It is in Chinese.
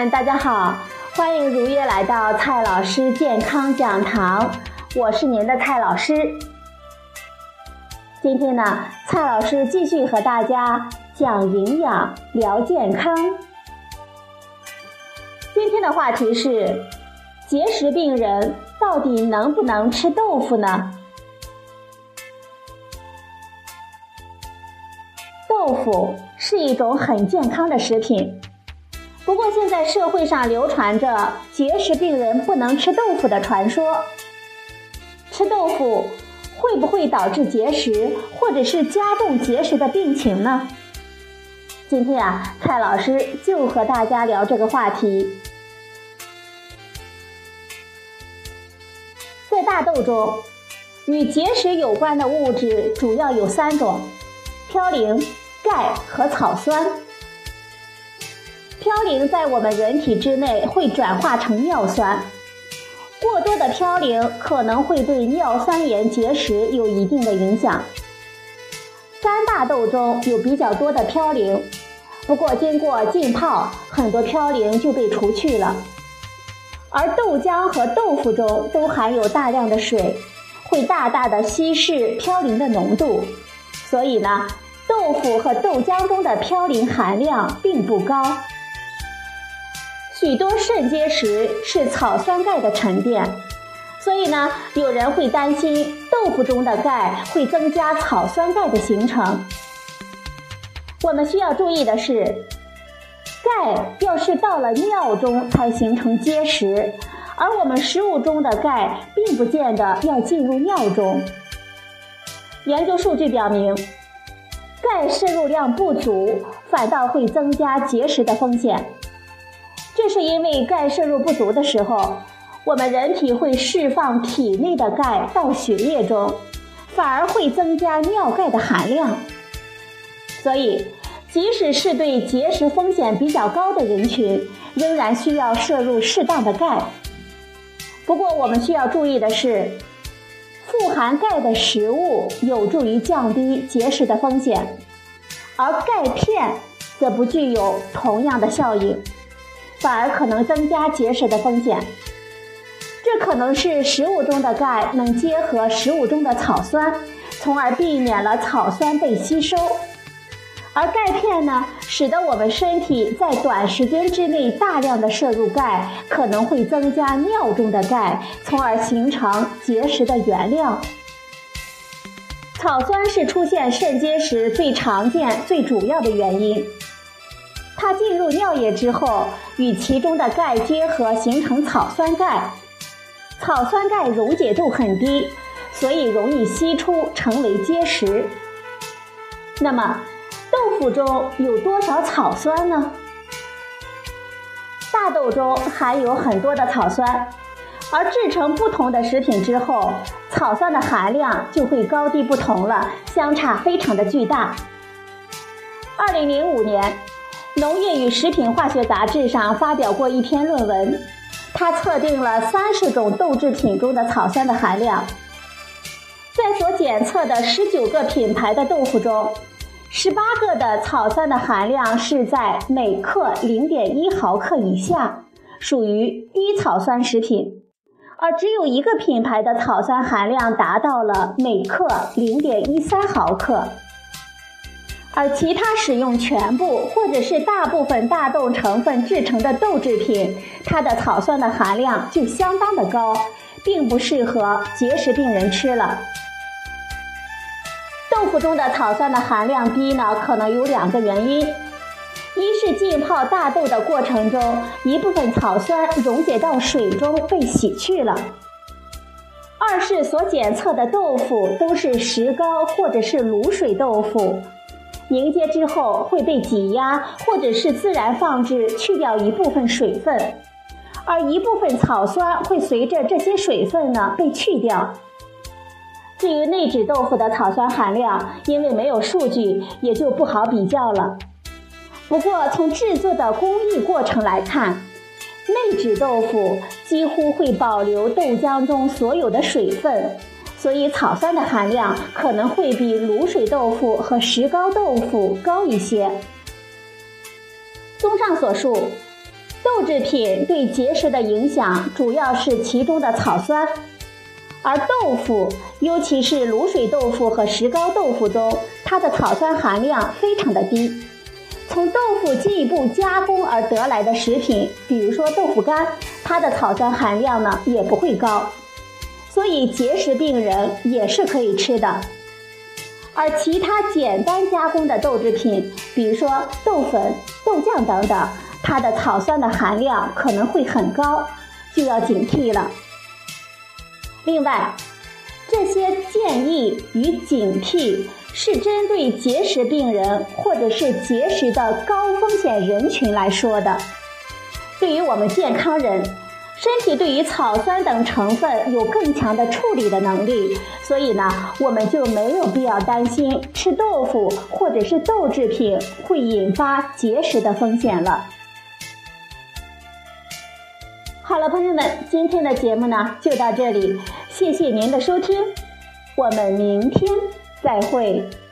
们，大家好，欢迎如约来到蔡老师健康讲堂，我是您的蔡老师。今天呢，蔡老师继续和大家讲营养聊健康。今天的话题是结石病人到底能不能吃豆腐呢？豆腐是一种很健康的食品，不过现在社会上流传着结石病人不能吃豆腐的传说。吃豆腐会不会导致结石，或者是加重结石的病情呢？今天蔡老师就和大家聊这个话题。在大豆中，与结石有关的物质主要有3种：嘌呤、钙和草酸。嘌呤在我们人体之内会转化成尿酸，过多的嘌呤可能会对尿酸盐结石有一定的影响。干大豆中有比较多的嘌呤，不过经过浸泡，很多嘌呤就被除去了。而豆浆和豆腐中都含有大量的水，会大大的稀释嘌呤的浓度，所以呢，豆腐和豆浆中的嘌呤含量并不高。许多肾结石是草酸钙的沉淀，所以呢，有人会担心豆腐中的钙会增加草酸钙的形成。我们需要注意的是，钙要是到了尿中才形成结石，而我们食物中的钙并不见得要进入尿中。研究数据表明，钙摄入量不足反倒会增加结石的风险。这是因为钙摄入不足的时候，我们人体会释放体内的钙到血液中，反而会增加尿钙的含量。所以即使是对结石风险比较高的人群，仍然需要摄入适当的钙。不过我们需要注意的是，富含钙的食物有助于降低结石的风险，而钙片则不具有同样的效应，反而可能增加结石的风险。这可能是食物中的钙能结合食物中的草酸，从而避免了草酸被吸收。而钙片呢，使得我们身体在短时间之内大量的摄入钙，可能会增加尿中的钙，从而形成结石的原料。草酸是出现肾结石最常见、最主要的原因。它进入尿液之后，与其中的钙结合形成草酸钙。草酸钙溶解度很低，所以容易析出成为结石。那么豆腐中有多少草酸呢？大豆中含有很多的草酸，而制成不同的食品之后，草酸的含量就会高低不同了，相差非常的巨大。2005年，农业与食品化学杂志上发表过一篇论文，它测定了30种豆制品中的草酸的含量。在所检测的19个品牌的豆腐中，18个的草酸的含量是在每克 0.1 毫克以下，属于低草酸食品，而只有1个品牌的草酸含量达到了每克 0.13 毫克。而其他使用全部或者是大部分大豆成分制成的豆制品，它的草酸的含量就相当的高，并不适合结石病人吃了。豆腐中的草酸的含量低呢，可能有2个原因。一是浸泡大豆的过程中，一部分草酸溶解到水中被洗去了。二是所检测的豆腐都是石膏或者是卤水豆腐，凝结之后会被挤压或者是自然放置，去掉一部分水分，而一部分草酸会随着这些水分呢被去掉。至于内酯豆腐的草酸含量，因为没有数据，也就不好比较了。不过从制作的工艺过程来看，内酯豆腐几乎会保留豆浆中所有的水分，所以草酸的含量可能会比卤水豆腐和石膏豆腐高一些。综上所述， 豆制品对结石的影响主要是其中的草酸，而豆腐，尤其是卤水豆腐和石膏豆腐中，它的草酸含量非常的低。从豆腐进一步加工而得来的食品，比如说豆腐干，它的草酸含量呢也不会高，所以结石病人也是可以吃的。而其他简单加工的豆制品，比如说豆粉、豆酱等等，它的草酸的含量可能会很高，就要警惕了。另外，这些建议与警惕是针对结石病人或者是结石的高风险人群来说的。对于我们健康人，身体对于草酸等成分有更强的处理的能力，所以呢，我们就没有必要担心吃豆腐或者是豆制品会引发结石的风险了。好了，朋友们，今天的节目呢就到这里，谢谢您的收听，我们明天再会。